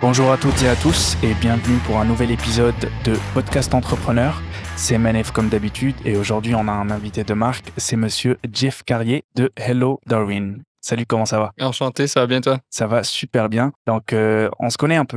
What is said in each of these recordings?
Bonjour à toutes et à tous et bienvenue pour un nouvel épisode de Podcast Entrepreneur. C'est Manef comme d'habitude et aujourd'hui on a un invité de marque, c'est monsieur Jeff Carrier de Hello Darwin. Salut, comment ça va? Enchanté, ça va bien toi? Ça va super bien. Donc on se connaît un peu,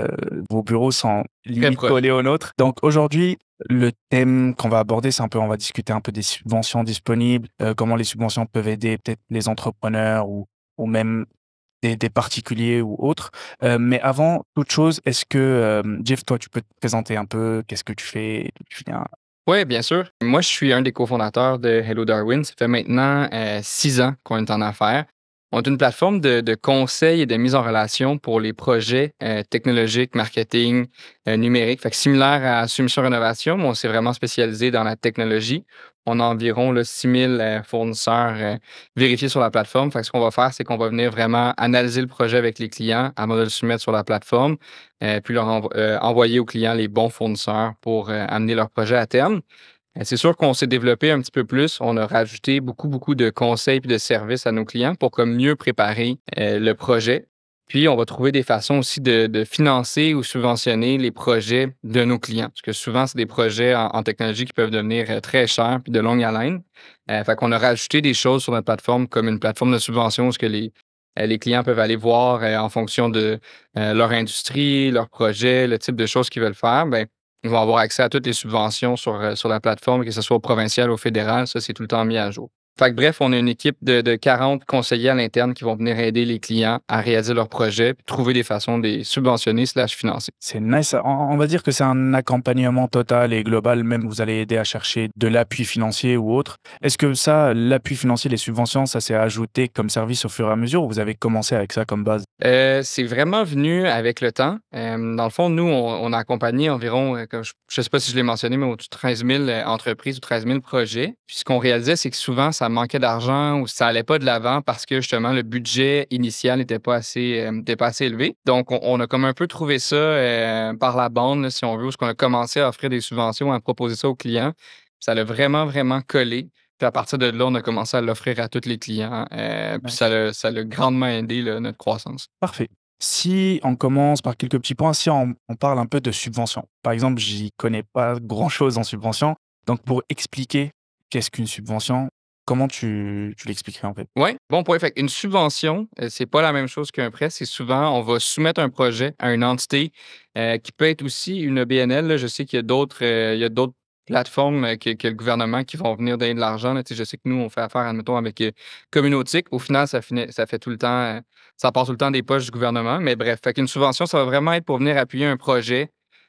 vos bureaux sont Très limite proche. collés aux nôtres. Donc aujourd'hui, le thème qu'on va aborder, c'est un peu, on va discuter un peu des subventions disponibles, comment les subventions peuvent aider peut-être les entrepreneurs ou même des particuliers ou autres. Mais avant toute chose, est-ce que, Jeff, toi, tu peux te présenter un peu? Qu'est-ce que tu fais? D'où tu viens? Oui, bien sûr. Moi, je suis un des cofondateurs de Hello Darwin. Ça fait maintenant 6 ans qu'on est en affaires. On est une plateforme de conseil et de mise en relation pour les projets technologiques, marketing, numérique. Fait que similaire à Solutions Rénovation, mais on s'est vraiment spécialisé dans la technologie. On a environ 6000 fournisseurs vérifiés sur la plateforme. Fait que ce qu'on va faire, c'est qu'on va venir vraiment analyser le projet avec les clients avant de le soumettre sur la plateforme, puis leur envoyer aux clients les bons fournisseurs pour amener leur projet à terme. C'est sûr qu'on s'est développé un petit peu plus. On a rajouté beaucoup de conseils et de services à nos clients pour comme mieux préparer le projet. Puis, on va trouver des façons aussi de financer ou subventionner les projets de nos clients. Parce que souvent, c'est des projets en technologie qui peuvent devenir très chers puis de longue haleine. Fait qu'on a rajouté des choses sur notre plateforme comme une plateforme de subvention où ce que les clients peuvent aller voir en fonction de leur industrie, leur projet, le type de choses qu'ils veulent faire. Ben, ils vont avoir accès à toutes les subventions sur la plateforme, que ce soit au provincial ou au fédéral. Ça, c'est tout le temps mis à jour. Fait que bref, on a une équipe de 40 conseillers à l'interne qui vont venir aider les clients à réaliser leurs projets, puis trouver des façons de les subventionner slash financer. C'est nice. On va dire que c'est un accompagnement total et global. Même vous allez aider à chercher de l'appui financier ou autre. Est-ce que ça, l'appui financier, les subventions, ça s'est ajouté comme service au fur et à mesure ou vous avez commencé avec ça comme base? C'est vraiment venu avec le temps. Dans le fond, nous, on a accompagné environ, comme je ne sais pas si je l'ai mentionné, mais au-dessus de 13 000 entreprises ou 13 000 projets. Puis ce qu'on réalisait, c'est que souvent, ça manquait d'argent ou ça allait pas de l'avant parce que justement, le budget initial n'était pas assez élevé. Donc, on a comme un peu trouvé ça par la bande, là, si on veut, où on a commencé à offrir des subventions, à proposer ça aux clients. Puis ça l'a vraiment collé. Puis à partir de là, on a commencé à l'offrir à tous les clients. Puis Nice. ça l'a grandement aidé là, notre croissance. Parfait. Si on commence par quelques petits points, si on parle un peu de subvention. Par exemple, j'y connais pas grand-chose en subvention. Donc, pour expliquer qu'est-ce qu'une subvention, comment tu l'expliquerais en fait? Oui, bon point. Fait une subvention, c'est pas la même chose qu'un prêt. C'est souvent, on va soumettre un projet à une entité qui peut être aussi une BNL. Là. Je sais qu'il y a d'autres plateformes que le gouvernement qui vont venir donner de l'argent. Là. Tu sais, je sais que nous, on fait affaire, admettons, avec Communautique. Au final, ça fait tout le temps, ça part tout le temps des poches du gouvernement. Mais bref, fait qu'une subvention, ça va vraiment être pour venir appuyer un projet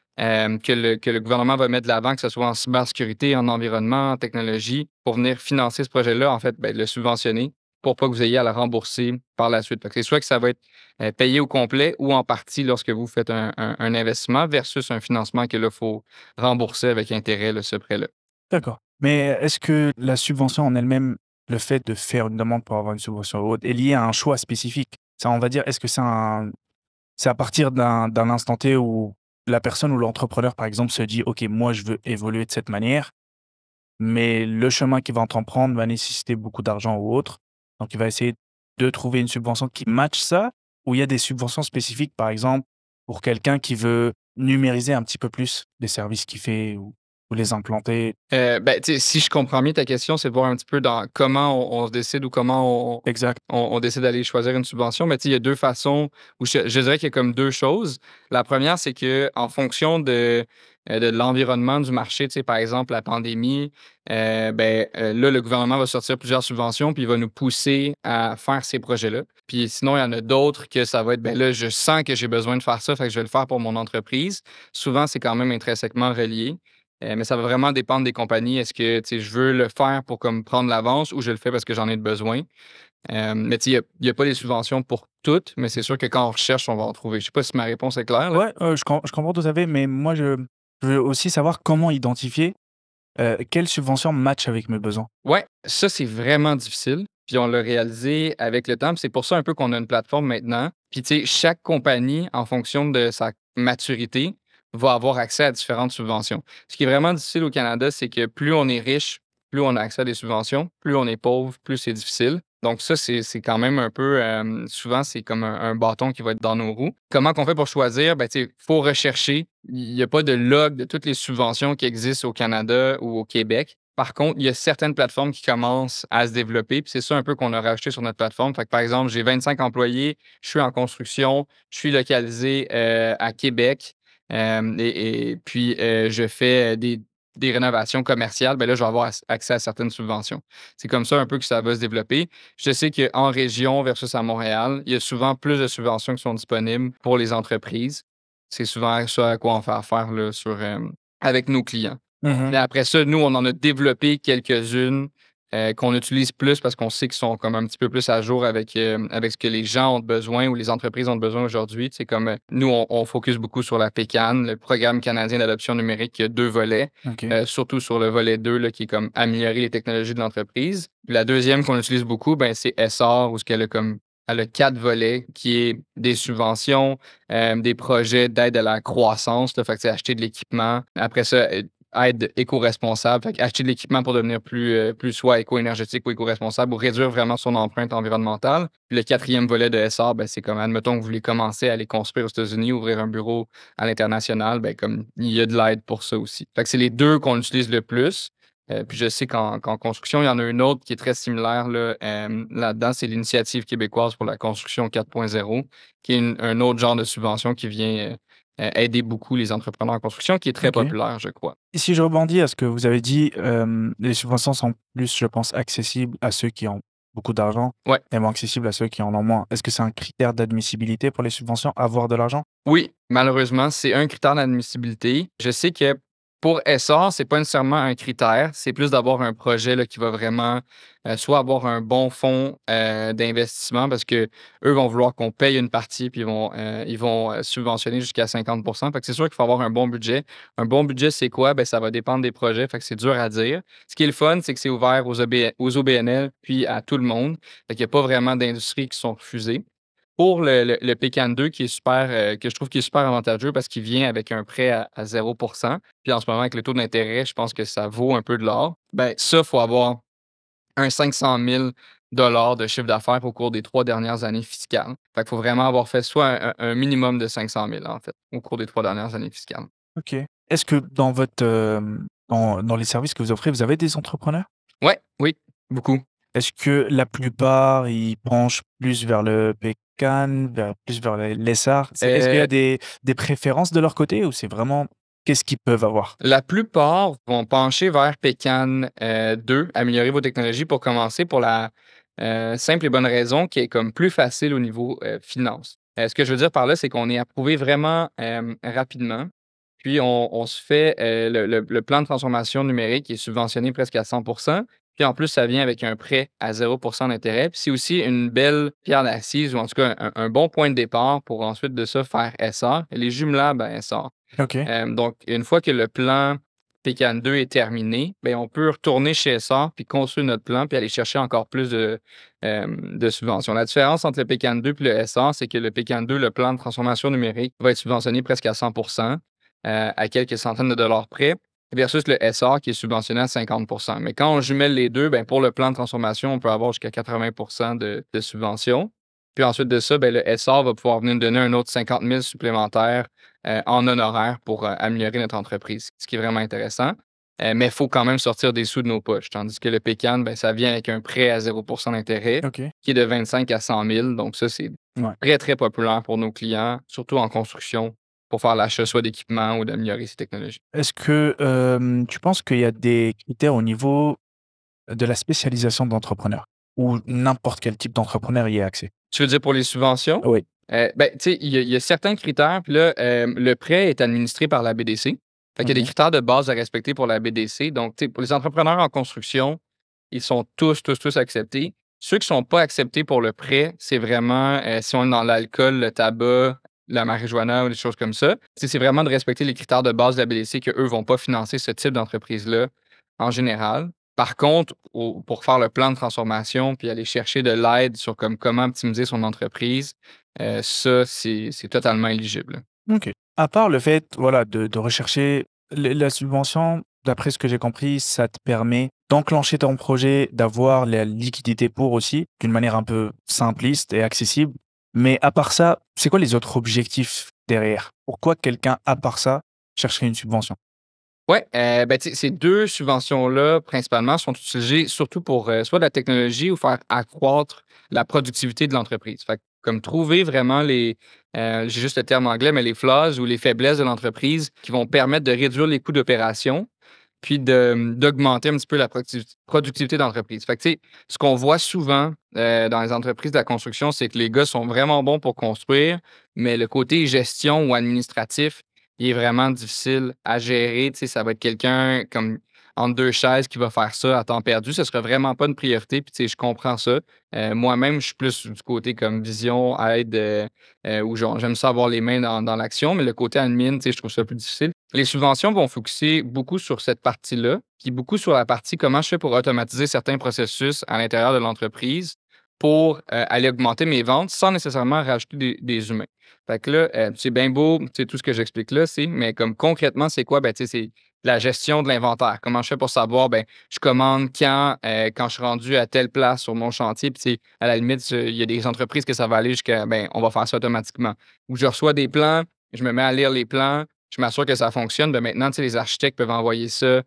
que le gouvernement va mettre de l'avant, que ce soit en cybersécurité, en environnement, en technologie, pour venir financer ce projet-là, en fait, ben, le subventionner pour pas que vous ayez à le rembourser par la suite. Fait que c'est soit que ça va être payé au complet ou en partie lorsque vous faites un investissement versus un financement que là, il faut rembourser avec intérêt, là, ce prêt-là. D'accord. Mais est-ce que la subvention en elle-même, le fait de faire une demande pour avoir une subvention ou autre, est lié à un choix spécifique? Ça, on va dire, est-ce que c'est à partir d'un instant T où la personne ou l'entrepreneur, par exemple, se dit: «OK, moi, je veux évoluer de cette manière, mais le chemin qu'il va entreprendre va nécessiter beaucoup d'argent ou autre». Donc il va essayer de trouver une subvention qui matche ça? Ou il y a des subventions spécifiques, par exemple, pour quelqu'un qui veut numériser un petit peu plus les services qu'il fait ou les implanter? Ben, tu sais, si je comprends bien ta question, c'est de voir un petit peu dans comment on se décide ou comment Exact. on décide d'aller choisir une subvention. Mais tu sais, il y a deux façons, ou je dirais qu'il y a comme deux choses. La première, c'est que en fonction de l'environnement du marché, tu sais, par exemple, la pandémie, là, le gouvernement va sortir plusieurs subventions, puis il va nous pousser à faire ces projets-là. Puis sinon, il y en a d'autres que ça va être, ben là, je sens que j'ai besoin de faire ça, fait que je vais le faire pour mon entreprise. Souvent, c'est quand même intrinsèquement relié. Mais ça va vraiment dépendre des compagnies. Est-ce que, tu sais, je veux le faire pour comme prendre l'avance ou je le fais parce que j'en ai besoin? Mais tu sais, il y a pas des subventions pour toutes, mais c'est sûr que quand on recherche, on va en trouver. Je sais pas si ma réponse est claire, là? Ouais, je comprends tout à fait, mais moi, je veux aussi savoir comment identifier, quelle subvention match avec mes besoins. Ouais, ça, c'est vraiment difficile. Puis on l'a réalisé avec le temps. Puis c'est pour ça un peu qu'on a une plateforme maintenant. Puis tu sais, chaque compagnie, en fonction de sa maturité, va avoir accès à différentes subventions. Ce qui est vraiment difficile au Canada, c'est que plus on est riche, plus on a accès à des subventions. Plus on est pauvre, plus c'est difficile. Donc ça, c'est quand même un peu, souvent, c'est comme un bâton qui va être dans nos roues. Comment qu'on fait pour choisir? Ben, tu sais, faut rechercher. Il y a pas de log de toutes les subventions qui existent au Canada ou au Québec. Par contre, il y a certaines plateformes qui commencent à se développer, puis c'est ça un peu qu'on a rajouté sur notre plateforme. Fait que, par exemple, j'ai 25 employés, je suis en construction, je suis localisé, à Québec, et puis, je fais, des rénovations commerciales. Ben là, je vais avoir accès à certaines subventions. C'est comme ça un peu que ça va se développer. Je sais qu'en région versus à Montréal, il y a souvent plus de subventions qui sont disponibles pour les entreprises. C'est souvent ça à quoi on fait affaire là, avec nos clients. Mhm. Mais après ça, nous, on en a développé quelques-unes qu'on utilise plus parce qu'on sait qu'ils sont comme un petit peu plus à jour avec ce que les gens ont besoin ou les entreprises ont besoin aujourd'hui. C'est comme nous, on focus beaucoup sur la PCAN, le Programme canadien d'adoption numérique, qui a 2 volets, OK. surtout sur le volet 2, là, qui est comme améliorer les technologies de l'entreprise. Puis la deuxième qu'on utilise beaucoup, ben, c'est SR, où ce qu'elle a comme elle a 4 volets, qui est des subventions, des projets d'aide à la croissance, là, fait que c'est acheter de l'équipement. Après ça, aide éco-responsable, fait acheter de l'équipement pour devenir plus soit éco-énergétique ou éco-responsable ou réduire vraiment son empreinte environnementale. Puis le quatrième volet de SR, ben, c'est comme, admettons que vous voulez commencer à aller construire aux États-Unis, ouvrir un bureau à l'international, ben, comme il y a de l'aide pour ça aussi. Fait que c'est les deux qu'on utilise le plus. Puis je sais qu'en construction, il y en a une autre qui est très similaire là, là-dedans, c'est l'Initiative québécoise pour la construction 4.0, qui est un autre genre de subvention qui vient aider beaucoup les entrepreneurs en construction, qui est très OK. populaire, je crois. Et si je rebondis à ce que vous avez dit, les subventions sont plus, je pense, accessibles à ceux qui ont beaucoup d'argent Ouais. et moins accessibles à ceux qui en ont moins. Est-ce que c'est un critère d'admissibilité pour les subventions, avoir de l'argent? Oui, malheureusement, c'est un critère d'admissibilité. Je sais que pour Essor, c'est pas nécessairement un critère, c'est plus d'avoir un projet là, qui va vraiment soit avoir un bon fonds d'investissement parce que eux vont vouloir qu'on paye une partie puis ils vont subventionner jusqu'à 50. Fait que c'est sûr qu'il faut avoir un bon budget. Un bon budget, c'est quoi? Ben, ça va dépendre des projets, fait que c'est dur à dire. Ce qui est le fun, c'est que c'est ouvert aux OBNL puis à tout le monde. Fait qu'il n'y a pas vraiment d'industries qui sont refusées. Pour le Pécan 2 qui est super, que je trouve qui est super avantageux parce qu'il vient avec un prêt à 0. Puis en ce moment, avec le taux d'intérêt, je pense que ça vaut un peu de l'or. Ben ça, il faut avoir un 500 000 de chiffre d'affaires au cours des 3 dernières années fiscales. Fait qu'il faut vraiment avoir fait soit un minimum de 500 000 en fait, au cours des 3 dernières années fiscales. OK. Est-ce que dans votre, dans les services que vous offrez, vous avez des entrepreneurs? Ouais, oui, beaucoup. Est-ce que la plupart, ils penchent plus vers le pécan, plus vers les l'essar? Est-ce qu'il y a Euh, des préférences de leur côté ou c'est vraiment qu'est-ce qu'ils peuvent avoir? La plupart vont pencher vers Pécan 2, améliorer vos technologies pour commencer, pour la simple et bonne raison qui est comme plus facile au niveau finance. Ce que je veux dire par là, c'est qu'on est approuvé vraiment rapidement. Puis on se fait le plan de transformation numérique qui est subventionné presque à 100. Puis en plus, ça vient avec un prêt à 0 d'intérêt. Puis c'est aussi une belle pierre d'assise ou en tout cas un bon point de départ pour ensuite de ça faire SR. Les jumelables à SR. OK. Donc, une fois que le plan Pécan 2 est terminé, bien, on peut retourner chez SR puis construire notre plan puis aller chercher encore plus de subventions. La différence entre le Pécan 2 et le SR, c'est que le Pécan 2, le plan de transformation numérique, va être subventionné presque à 100 à quelques centaines de dollars près, versus le SR qui est subventionné à 50. Mais quand on jumelle les deux, bien, pour le plan de transformation, on peut avoir jusqu'à 80 de subventions. Puis ensuite de ça, bien, le SR va pouvoir venir nous donner un autre 50 000 supplémentaires en honoraires pour améliorer notre entreprise, ce qui est vraiment intéressant. Mais il faut quand même sortir des sous de nos poches. Tandis que le Pécan, ben, ça vient avec un prêt à 0 d'intérêt OK. qui est de 25 à 100 000. Donc, ça, c'est Ouais. très, très populaire pour nos clients, surtout en construction, pour faire l'achat soit d'équipements ou d'améliorer ces technologies. Est-ce que, tu penses qu'il y a des critères au niveau de la spécialisation d'entrepreneur? Ou n'importe quel type d'entrepreneur y ait accès? Tu veux dire pour les subventions? Oui. Ben, tu sais, il y a certains critères. Puis là, le prêt est administré par la BDC. Fait qu'il y a des OK. critères de base à respecter pour la BDC. Donc, tu sais, pour les entrepreneurs en construction, ils sont tous acceptés. Ceux qui ne sont pas acceptés pour le prêt, c'est vraiment si on est dans l'alcool, le tabac, la marijuana ou des choses comme ça. Tu sais, c'est vraiment de respecter les critères de base de la BDC qu'eux ne vont pas financer ce type d'entreprise-là en général. Par contre, pour faire le plan de transformation puis aller chercher de l'aide sur comment optimiser son entreprise, ça, c'est totalement éligible. OK. À part le fait, voilà, de rechercher la subvention, d'après ce que j'ai compris, ça te permet d'enclencher ton projet, d'avoir la liquidité pour aussi, d'une manière un peu simpliste et accessible. Mais à part ça, c'est quoi les autres objectifs derrière? Pourquoi quelqu'un, à part ça, chercherait une subvention? Ouais, ben, tu sais, ces 2 subventions-là, principalement, sont utilisées surtout pour, soit de la technologie ou faire accroître la productivité de l'entreprise. Fait que comme trouver vraiment j'ai juste le terme anglais, mais les flaws ou les faiblesses de l'entreprise qui vont permettre de réduire les coûts d'opération, puis d'augmenter un petit peu la productivité d'entreprise. Fait que, tu sais, ce qu'on voit souvent, dans les entreprises de la construction, c'est que les gars sont vraiment bons pour construire, mais le côté gestion ou administratif, il est vraiment difficile à gérer. Tu sais, ça va être quelqu'un comme entre 2 chaises qui va faire ça à temps perdu. Ce serait vraiment pas une priorité, puis tu sais, je comprends ça. Moi-même, je suis plus du côté comme vision, aide, où genre j'aime ça avoir les mains dans l'action, mais le côté admin, tu sais, je trouve ça plus difficile. Les subventions vont focuser beaucoup sur cette partie-là, puis beaucoup sur la partie comment je fais pour automatiser certains processus à l'intérieur de l'entreprise pour, aller augmenter mes ventes sans nécessairement rajouter des humains. Fait que là, c'est bien beau, tu sais, tout ce que j'explique là, mais comme concrètement, c'est quoi? Ben, tu sais, c'est la gestion de l'inventaire. Comment je fais pour savoir, ben, je commande quand je suis rendu à telle place sur mon chantier, puis tu sais, à la limite, il y a des entreprises que ça va aller jusqu'à, ben, on va faire ça automatiquement. Ou je reçois des plans, je me mets à lire les plans, je m'assure que ça fonctionne. Ben, maintenant, tu sais, les architectes peuvent envoyer ça,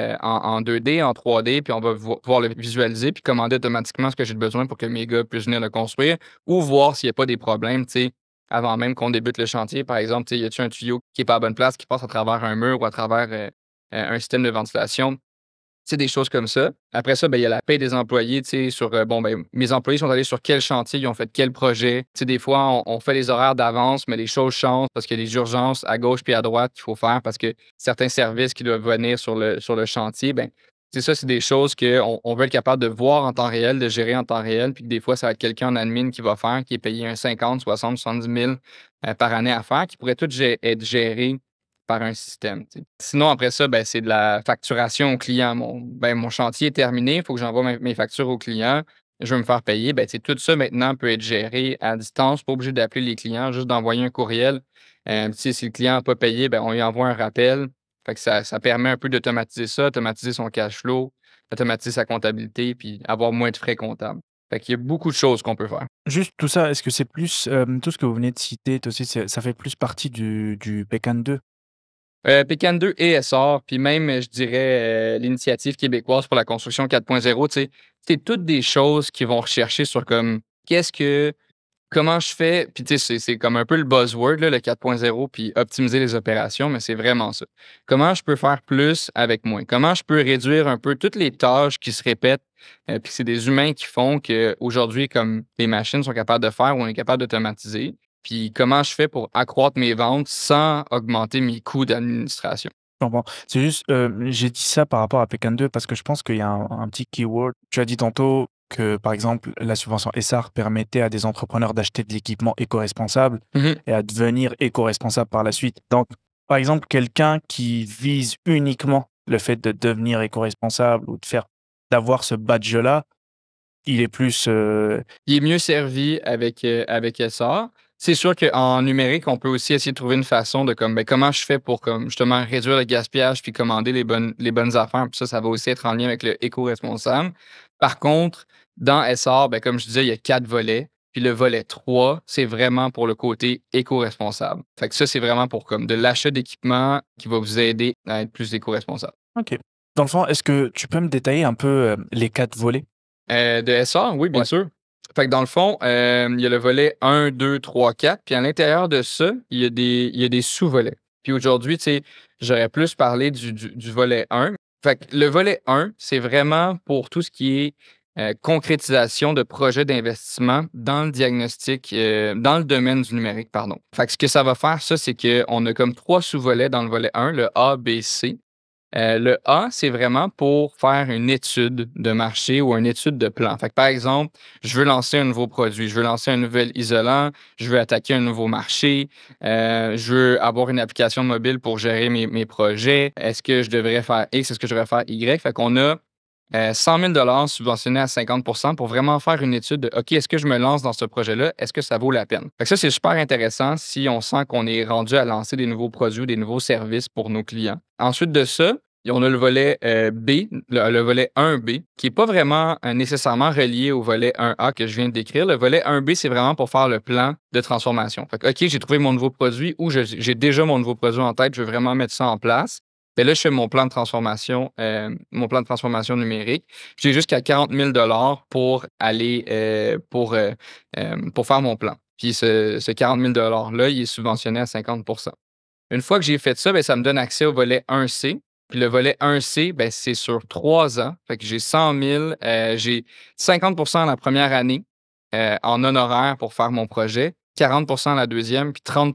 en 2D, en 3D, puis on va pouvoir le visualiser puis commander automatiquement ce que j'ai besoin pour que mes gars puissent venir le construire ou voir s'il y a pas des problèmes, tu sais, avant même qu'on débute le chantier. Par exemple, tu sais, y a-tu un tuyau qui est pas à bonne place, qui passe à travers un mur ou à travers, un système de ventilation? C'est des choses comme ça. Après ça, ben, il y a la paie des employés, tu sais, sur, bon, ben, mes employés sont allés sur quel chantier, ils ont fait quel projet. Tu sais, des fois, on fait les horaires d'avance, mais les choses changent parce qu'il y a des urgences à gauche puis à droite qu'il faut faire parce que certains services qui doivent venir sur le chantier, ben, c'est ça, c'est des choses qu'on veut être capable de voir en temps réel, de gérer en temps réel, puis que des fois, ça va être quelqu'un en admin qui va faire, qui est payé un 50, 60, 70 000 par année à faire, qui pourrait tout être géré par un système, tu sais. Sinon, après ça, ben, c'est de la facturation au client. Mon chantier est terminé, il faut que j'envoie mes factures au client. Je veux me faire payer. Ben, tu sais, tout ça maintenant peut être géré à distance. Pas obligé d'appeler les clients, juste d'envoyer un courriel. Tu sais, si le client n'a pas payé, ben, on lui envoie un rappel. Fait que ça permet un peu d'automatiser ça, automatiser son cash flow, automatiser sa comptabilité, puis avoir moins de frais comptables. Fait qu'il y a beaucoup de choses qu'on peut faire. Juste tout ça, est-ce que c'est plus, tout ce que vous venez de citer aussi, ça fait plus partie du PECAN 2? Pécan 2 et Essor, puis même, je dirais, l'Initiative québécoise pour la construction 4.0, tu sais, c'est toutes des choses qui vont rechercher sur comme qu'est-ce que comment je fais, puis tu sais, c'est comme un peu le buzzword, là, le 4.0, puis optimiser les opérations, mais c'est vraiment ça. Comment je peux faire plus avec moins? Comment je peux réduire un peu toutes les tâches qui se répètent, puis que c'est des humains qui font qu'aujourd'hui, comme les machines sont capables de faire ou on est capable d'automatiser? Puis comment je fais pour accroître mes ventes sans augmenter mes coûts d'administration? Je comprends. C'est juste, j'ai dit ça par rapport à PECAN 2 parce que je pense qu'il y a un petit keyword. Tu as dit tantôt que, par exemple, la subvention ESSAR permettait à des entrepreneurs d'acheter de l'équipement éco-responsable Mmh. et à devenir éco-responsable par la suite. Donc, par exemple, quelqu'un qui vise uniquement le fait de devenir éco-responsable ou d'avoir ce badge-là, il est plus, Il est mieux servi avec Essar. C'est sûr qu'en numérique, on peut aussi essayer de trouver une façon de comme, ben, comment je fais pour comme justement réduire le gaspillage puis commander les bonnes affaires. Puis ça va aussi être en lien avec le éco-responsable. Par contre, dans Essar, ben, comme je disais, il y a 4 volets. Puis le volet 3, c'est vraiment pour le côté éco-responsable. Fait que ça, c'est vraiment pour comme de l'achat d'équipement qui va vous aider à être plus éco-responsable. OK. Dans le fond, est-ce que tu peux me détailler un peu, les 4 volets? De SR, oui, bien Ouais. sûr. Fait que dans le fond, il y a le volet 1, 2, 3, 4, puis à l'intérieur de ça, il y a des sous-volets. Puis aujourd'hui, tu sais, j'aurais plus parlé du volet 1. Fait que le volet 1, c'est vraiment pour tout ce qui est, concrétisation de projets d'investissement dans le diagnostic, dans le domaine du numérique, pardon. Fait que ce que ça va faire, ça, c'est qu'on a comme 3 sous-volets dans le volet 1, le A, B, C. Le A, c'est vraiment pour faire une étude de marché ou une étude de plan. Fait que, par exemple, je veux lancer un nouveau produit, je veux lancer un nouvel isolant, je veux attaquer un nouveau marché, je veux avoir une application mobile pour gérer mes projets. Est-ce que je devrais faire X? Est-ce que je devrais faire Y? Fait qu'on a 100 000 subventionnés à 50 pour vraiment faire une étude de OK, est-ce que je me lance dans ce projet-là? Est-ce que ça vaut la peine? Fait que ça, c'est super intéressant si on sent qu'on est rendu à lancer des nouveaux produits ou des nouveaux services pour nos clients. Ensuite de ça, On a le volet B, le volet 1B, qui n'est pas vraiment nécessairement relié au volet 1A que je viens de décrire. Le volet 1B, c'est vraiment pour faire le plan de transformation. Fait que, OK, j'ai trouvé mon nouveau produit ou j'ai déjà mon nouveau produit en tête, je veux vraiment mettre ça en place. Bien là, je fais mon plan de transformation numérique. J'ai jusqu'à 40 000 pour aller pour faire mon plan. Puis ce 40 000 $-là, il est subventionné à 50. Une fois que j'ai fait ça, bien, ça me donne accès au volet 1C. Puis le volet 1C, ben, c'est sur 3 ans. Fait que j'ai 100 000, j'ai 50 la première année en honoraires pour faire mon projet, 40 la deuxième, puis 30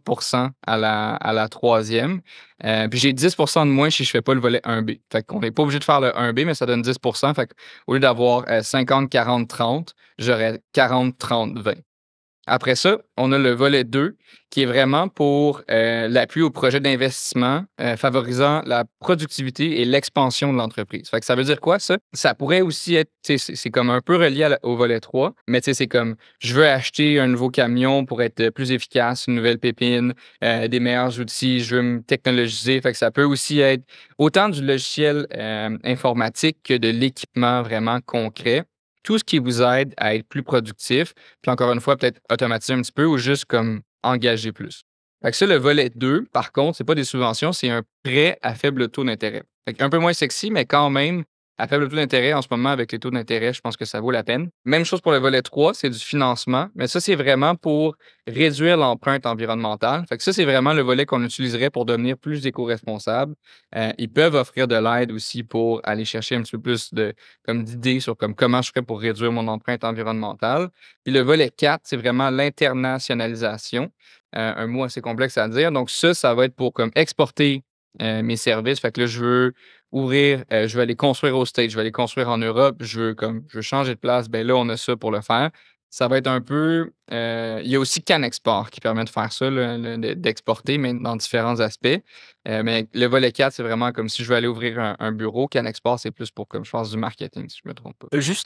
à la troisième. Puis j'ai 10 de moins si je fais pas le volet 1B. Fait qu'on n'est pas obligé de faire le 1B, mais ça donne 10. Fait qu'au lieu d'avoir 50, 40, 30, j'aurais 40, 30, 20. Après ça, on a le volet 2 qui est vraiment pour l'appui au projet d'investissement favorisant la productivité et l'expansion de l'entreprise. Fait que ça veut dire quoi, ça? Ça pourrait aussi être, c'est comme un peu relié au volet 3, mais c'est comme je veux acheter un nouveau camion pour être plus efficace, une nouvelle pépine, des meilleurs outils, je veux me technologiser. Fait que ça peut aussi être autant du logiciel informatique que de l'équipement vraiment concret. Tout ce qui vous aide à être plus productif, puis encore une fois, peut-être automatiser un petit peu ou juste comme engager plus. Fait que ça, le volet 2, par contre, c'est pas des subventions, c'est un prêt à faible taux d'intérêt. Fait un peu moins sexy, mais quand même, à faible taux d'intérêt, en ce moment, avec les taux d'intérêt, je pense que ça vaut la peine. Même chose pour le volet 3, c'est du financement, mais ça, c'est vraiment pour réduire l'empreinte environnementale. Fait que ça, c'est vraiment le volet qu'on utiliserait pour devenir plus éco-responsable. Ils peuvent offrir de l'aide aussi pour aller chercher un petit peu plus d'idées sur comment je ferais pour réduire mon empreinte environnementale. Puis le volet 4, c'est vraiment l'internationalisation. Un mot assez complexe à dire. Donc ça va être pour comme exporter mes services. Fait que là, je veux je vais aller construire au States, je vais aller construire en Europe, je veux changer de place. Ben là, on a ça pour le faire. Ça va être un peu. Il y a aussi CanExport qui permet de faire ça, d'exporter, mais dans différents aspects. Mais le volet 4, c'est vraiment comme si je veux aller ouvrir un bureau. CanExport, c'est plus pour comme je pense du marketing, si je me trompe pas. Juste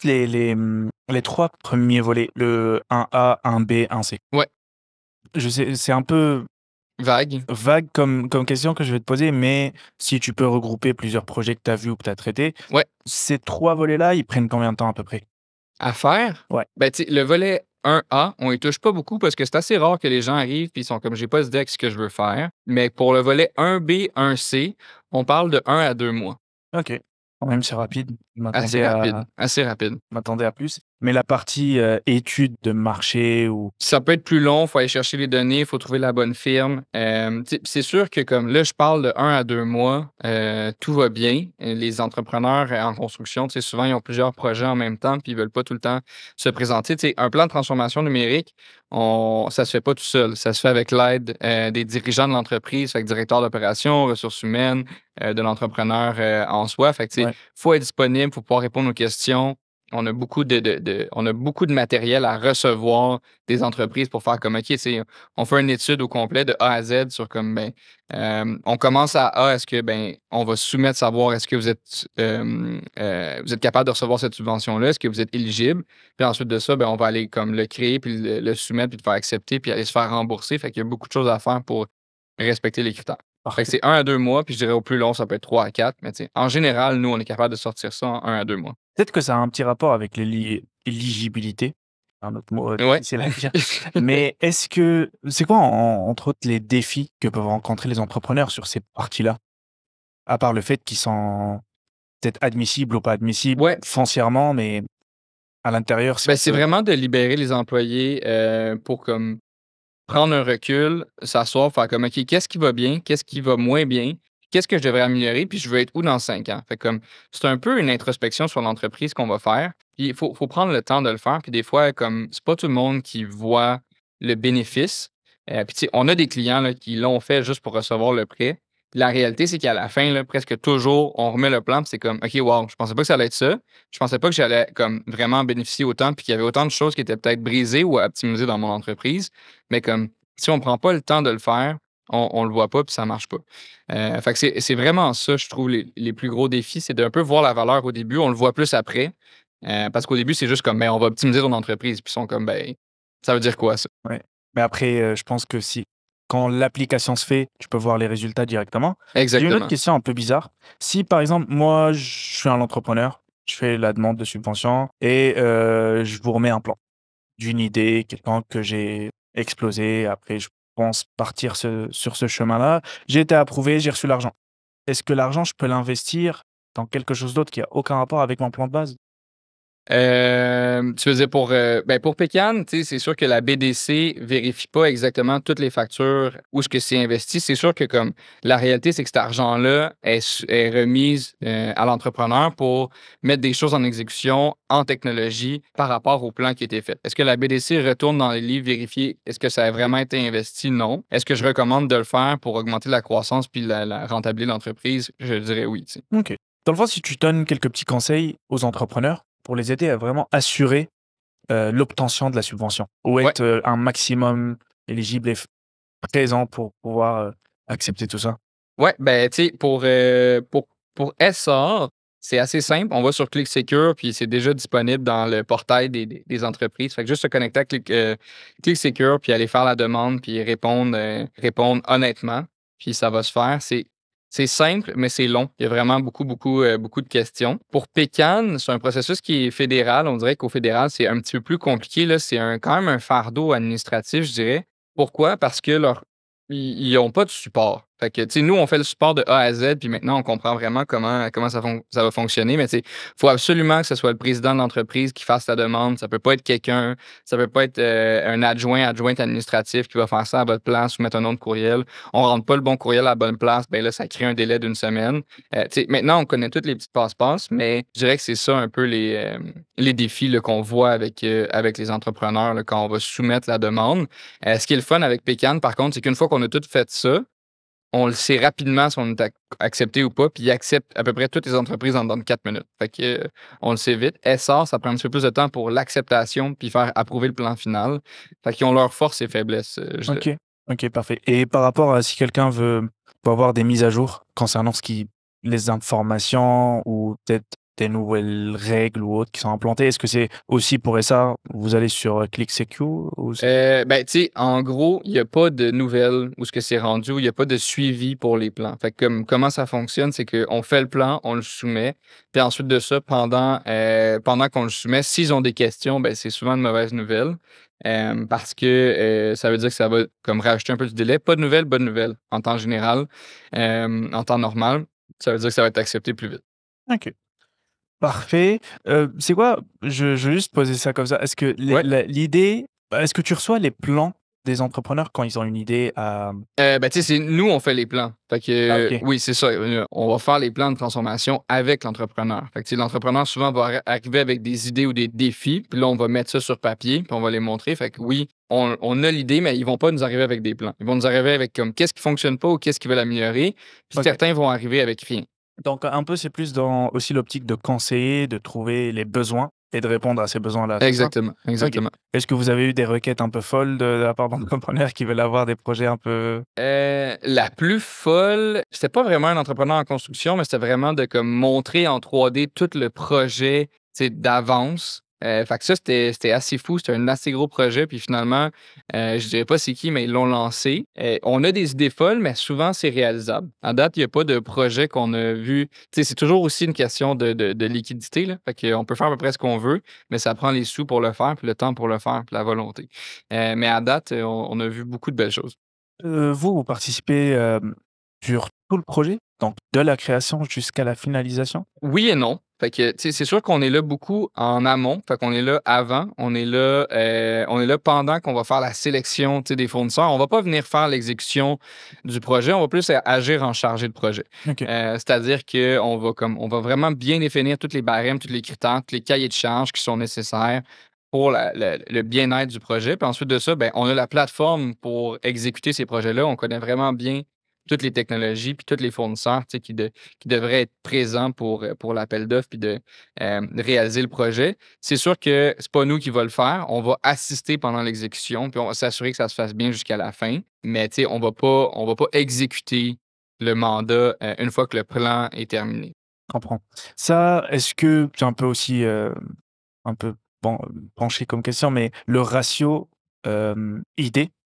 les 3 premiers volets, le 1A, 1B, 1C. Ouais, Je sais, c'est un peu vague. vague comme question que je vais te poser, mais si tu peux regrouper plusieurs projets que tu as vus ou que tu as traités, Ouais. ces 3 volets-là, ils prennent combien de temps à peu près? À faire? Ouais. Ben, tu sais, le volet 1A, on y touche pas beaucoup parce que c'est assez rare que les gens arrivent et ils sont comme j'ai pas d'idée de ce que je veux faire. Mais pour le volet 1B, 1C, on parle de 1 à 2 mois. OK. Quand même, c'est rapide. Je Assez rapide. Assez rapide. m'attendais à plus. Mais la partie, étude de marché ou Ça peut être plus long, il faut aller chercher les données, il faut trouver la bonne firme. C'est sûr que comme là, je parle de 1 à 2 mois, tout va bien. Les entrepreneurs en construction, souvent, ils ont plusieurs projets en même temps puis ils veulent pas tout le temps se présenter. Un plan de transformation numérique, ça se fait pas tout seul. Ça se fait avec l'aide des dirigeants de l'entreprise, fait que directeur d'opération, ressources humaines, de l'entrepreneur en soi. Fait que, ouais. faut être disponible, faut pouvoir répondre aux questions. On a beaucoup on a beaucoup de matériel à recevoir des entreprises pour faire comme OK, on fait une étude au complet de A à Z sur comme on commence à A, est-ce que on va soumettre savoir est-ce que vous êtes capable de recevoir cette subvention-là, est-ce que vous êtes éligible? Puis ensuite de ça, on va aller comme le créer, puis le soumettre, puis le faire accepter, puis aller se faire rembourser. Fait qu'il y a beaucoup de choses à faire pour respecter les critères. Fait que c'est 1 à 2 mois, puis je dirais au plus long, ça peut être 3 à 4. Mais en général, nous, on est capable de sortir ça en 1 à 2 mois. Peut-être que ça a un petit rapport avec l'éligibilité, un autre mot, Ouais. difficile à dire. Mais c'est quoi entre autres les défis que peuvent rencontrer les entrepreneurs sur ces parties-là? À part le fait qu'ils sont peut-être admissibles ou pas admissibles Ouais. foncièrement, mais à l'intérieur, C'est vraiment de libérer les employés pour comme prendre un recul, s'asseoir, faire comme OK, qu'est-ce qui va bien, qu'est-ce qui va moins bien, qu'est-ce que je devrais améliorer, puis je veux être où dans 5 ans. Fait comme c'est un peu une introspection sur l'entreprise qu'on va faire. Puis il faut prendre le temps de le faire. Puis des fois, comme c'est pas tout le monde qui voit le bénéfice. Puis tu sais, on a des clients là, qui l'ont fait juste pour recevoir le prêt. Puis la réalité, c'est qu'à la fin, là, presque toujours, on remet le plan, puis c'est comme OK, wow, je pensais pas que ça allait être ça. Je pensais pas que j'allais comme vraiment bénéficier autant, puis qu'il y avait autant de choses qui étaient peut-être brisées ou à optimiser dans mon entreprise. Mais comme si on prend pas le temps de le faire, on le voit pas, puis ça marche pas. Fait que c'est vraiment ça, je trouve, les plus gros défis, c'est d'un peu voir la valeur au début, on le voit plus après. Parce qu'au début, c'est juste comme, on va optimiser ton entreprise. Puis ils sont comme, ça veut dire quoi, ça? Ouais. Mais après, je pense que si quand l'application se fait, tu peux voir les résultats directement. J'ai une autre Exactement. question un peu bizarre. Si, par exemple, moi, je suis un entrepreneur, je fais la demande de subvention et je vous remets un plan d'une idée, quelqu'un que j'ai explosé, après je pense partir sur ce chemin-là. J'ai été approuvé, j'ai reçu l'argent. Est-ce que l'argent, je peux l'investir dans quelque chose d'autre qui a aucun rapport avec mon plan de base? Tu veux dire pour Pécan, tu sais, c'est sûr que la BDC vérifie pas exactement toutes les factures, où ce que c'est investi. C'est sûr que comme la réalité, c'est que cet argent-là est remise, à l'entrepreneur pour mettre des choses en exécution en technologie par rapport au plan qui a été fait. Est-ce que la BDC retourne dans les livres vérifier est-ce que ça a vraiment été investi? Non. Est-ce que je recommande de le faire pour augmenter la croissance puis la rentabilité de l'entreprise? Je dirais oui, tu sais. OK. Dans le fond, si tu donnes quelques petits conseils aux entrepreneurs pour les aider à vraiment assurer, l'obtention de la subvention ou Ouais. être, un maximum éligible et présent pour pouvoir, accepter tout ça? Ouais, ben, tu sais, pour SR, c'est assez simple. On va sur ClickSecure, puis c'est déjà disponible dans le portail des entreprises. Fait que juste se connecter à ClickSecure, puis aller faire la demande, puis répondre honnêtement, puis ça va se faire. C'est simple, mais c'est long. Il y a vraiment beaucoup de questions. Pour Pécan, c'est un processus qui est fédéral. On dirait qu'au fédéral, c'est un petit peu plus compliqué, là. C'est quand même un fardeau administratif, je dirais. Pourquoi? Parce que ils ont pas de support. Fait que, tu sais, nous, on fait le support de A à Z, puis maintenant, on comprend vraiment comment ça va fonctionner. Mais, tu sais, faut absolument que ce soit le président de l'entreprise qui fasse la demande. Ça peut pas être quelqu'un, ça peut pas être un adjointe administratif qui va faire ça à votre place ou mettre un autre courriel. On rentre pas le bon courriel à la bonne place, ben là, ça crée un délai d'une semaine. Tu sais, maintenant, on connaît toutes les petites passe-passe, mais je dirais que c'est ça un peu les défis là, qu'on voit avec les entrepreneurs là, quand on va soumettre la demande. Ce qui est le fun avec Pécan, par contre, c'est qu'une fois qu'on a tout fait ça, on le sait rapidement si on est accepté ou pas, puis ils acceptent à peu près toutes les entreprises en dans 4 minutes. Fait que, on le sait vite. SR, ça prend un petit peu plus de temps pour l'acceptation puis faire approuver le plan final. Fait qu'ils ont leurs forces et faiblesses, je dirais. OK. OK, parfait et par rapport à si quelqu'un veut avoir des mises à jour concernant les informations ou peut-être des nouvelles règles ou autres qui sont implantées, est-ce que c'est aussi pour ça, vous allez sur, ClickSecure ou c'est Ben, tu sais, en gros, il y a pas de nouvelles où ce que c'est rendu, il y a pas de suivi pour les plans. Fait que comment ça fonctionne, c'est qu'on fait le plan, on le soumet, puis ensuite de ça, pendant qu'on le soumet, s'ils ont des questions, ben, c'est souvent une mauvaise nouvelle, parce que, ça veut dire que ça va comme rajouter un peu du délai. Pas de nouvelles, bonne nouvelle en temps général, en temps normal, ça veut dire que ça va être accepté plus vite. OK. Parfait. C'est quoi je veux juste poser ça comme ça. Est-ce que Ouais. est-ce que tu reçois les plans des entrepreneurs quand ils ont une idée à Ben, tu sais, c'est nous, on fait les plans. Fait ah que, OK, oui, c'est ça, on va faire les plans de transformation avec l'entrepreneur. Fait que, tu sais, l'entrepreneur, souvent, va arriver avec des idées ou des défis, puis là, on va mettre ça sur papier, puis on va les montrer. Fait que oui, on a l'idée, mais ils vont pas nous arriver avec des plans. Ils vont nous arriver avec comme qu'est-ce qui fonctionne pas ou qu'est-ce qu'ils veulent améliorer, puis OK. certains vont arriver avec rien. Donc un peu, c'est plus dans aussi l'optique de conseiller, de trouver les besoins et de répondre à ces besoins-là, c'est ça? Exactement, OK. exactement. Est-ce que vous avez eu des requêtes un peu folles de la part d'entrepreneurs qui veulent avoir des projets un peu La plus folle, c'était pas vraiment un entrepreneur en construction, mais c'était vraiment de comme montrer en 3D tout le projet, tu sais, d'avance. Fait que ça, c'était assez fou. C'était un assez gros projet. Puis finalement, je dirais pas c'est qui, mais ils l'ont lancé. On a des idées folles, mais souvent, c'est réalisable. À date, il n'y a pas de projet qu'on a vu. Tu sais, c'est toujours aussi une question de liquidité, là. Fait qu'on peut faire à peu près ce qu'on veut, mais ça prend les sous pour le faire, puis le temps pour le faire, puis la volonté. Mais à date, on a vu beaucoup de belles choses. vous participez, sur tout le projet? Donc de la création jusqu'à la finalisation? Oui et non. Fait que, tu sais, c'est sûr qu'on est là beaucoup en amont. Fait qu'on est là avant, on est là pendant qu'on va faire la sélection, tu sais, des fournisseurs. On va pas venir faire l'exécution du projet, on va plus agir en chargé de projet. OK. C'est-à-dire on va vraiment bien définir toutes les barèmes, tous les critères, tous les cahiers de charges qui sont nécessaires pour le bien-être du projet. Puis ensuite de ça, ben, on a la plateforme pour exécuter ces projets-là. On connaît vraiment bien toutes les technologies puis tous les fournisseurs, tu sais, qui devraient être présents pour l'appel d'offres puis de réaliser le projet. C'est sûr que c'est pas nous qui va le faire. On va assister pendant l'exécution puis on va s'assurer que ça se fasse bien jusqu'à la fin. Mais tu sais, on va pas exécuter le mandat une fois que le plan est terminé. Je comprends. Ça, est-ce que c'est un peu aussi, un peu penché comme question, mais le ratio, idée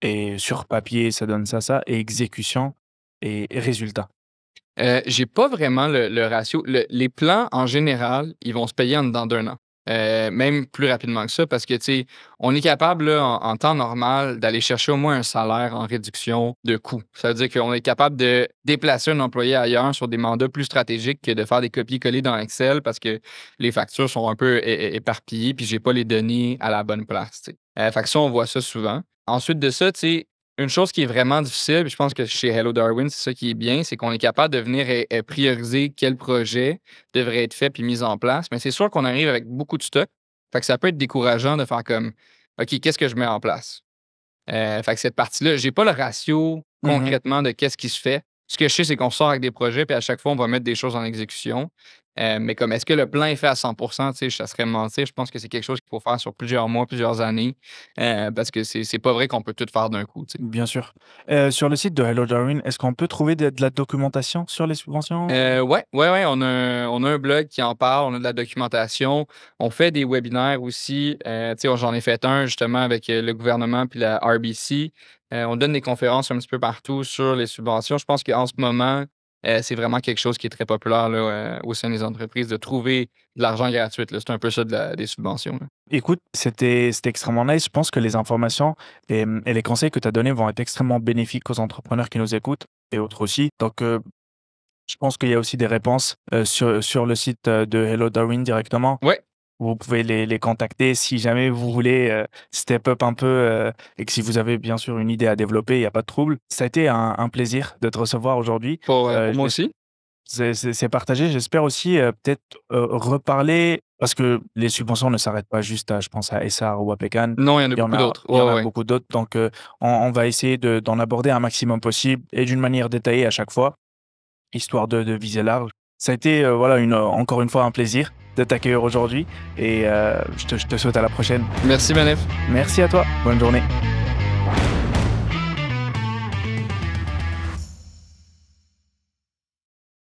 et sur papier, ça donne ça et exécution et résultat? J'ai pas vraiment le ratio. Les plans, en général, ils vont se payer en dedans d'1 an. Même plus rapidement que ça parce que, tu sais, on est capable, là, en temps normal, d'aller chercher au moins un salaire en réduction de coûts. Ça veut dire qu'on est capable de déplacer un employé ailleurs sur des mandats plus stratégiques que de faire des copier-coller dans Excel parce que les factures sont un peu éparpillées puis j'ai pas les données à la bonne place, tu sais. Fait que ça, on voit ça souvent. Ensuite de ça, tu sais, une chose qui est vraiment difficile, puis je pense que chez Hello Darwin, c'est ça qui est bien, c'est qu'on est capable de venir prioriser quel projet devrait être fait puis mis en place. Mais c'est sûr qu'on arrive avec beaucoup de stock. Fait que ça peut être décourageant de faire comme OK, qu'est-ce que je mets en place? Fait que cette partie-là, j'ai pas le ratio Mmh. concrètement de qu'est-ce qui se fait. Ce que je sais, c'est qu'on sort avec des projets, puis à chaque fois, on va mettre des choses en exécution. Mais comme est-ce que le plan est fait à 100 tu sais, ça serait mentir. Je pense que c'est quelque chose qu'il faut faire sur plusieurs mois, plusieurs années, parce que c'est pas vrai qu'on peut tout faire d'un coup, tu sais. Bien sûr. Sur le site de Hello Darwin, est-ce qu'on peut trouver de la documentation sur les subventions? Ouais, on a un blog qui en parle, on a de la documentation. On fait des webinaires aussi. Tu sais, j'en ai fait un justement avec, le gouvernement puis la RBC. On donne des conférences un petit peu partout sur les subventions. Je pense qu'en ce moment, c'est vraiment quelque chose qui est très populaire là, au sein des entreprises de trouver de l'argent gratuit, là. C'est un peu ça des subventions, là. Écoute, c'était extrêmement nice. Je pense que les informations et les conseils que tu as donnés vont être extrêmement bénéfiques aux entrepreneurs qui nous écoutent et autres aussi. Donc, je pense qu'il y a aussi des réponses, sur le site, de Hello Darwin directement. Ouais, Vous pouvez les contacter si jamais vous voulez, step up un peu, et que si vous avez bien sûr une idée à développer, il y a pas de trouble. Ça a été un plaisir de te recevoir aujourd'hui. pour moi J'es aussi. c'est partagé. J'espère aussi, peut-être, reparler parce que les subventions ne s'arrêtent pas juste à je pense à Essar ou à Pécan. Non, il y en a Il y en beaucoup a d'autres. il y en Ouais, a ouais. beaucoup d'autres donc on va essayer d'en aborder un maximum possible et d'une manière détaillée à chaque fois, histoire de viser large. Ça a été, voilà encore une fois un plaisir de t'accueillir aujourd'hui et je te souhaite à la prochaine. Merci, Manef. Merci à toi. Bonne journée.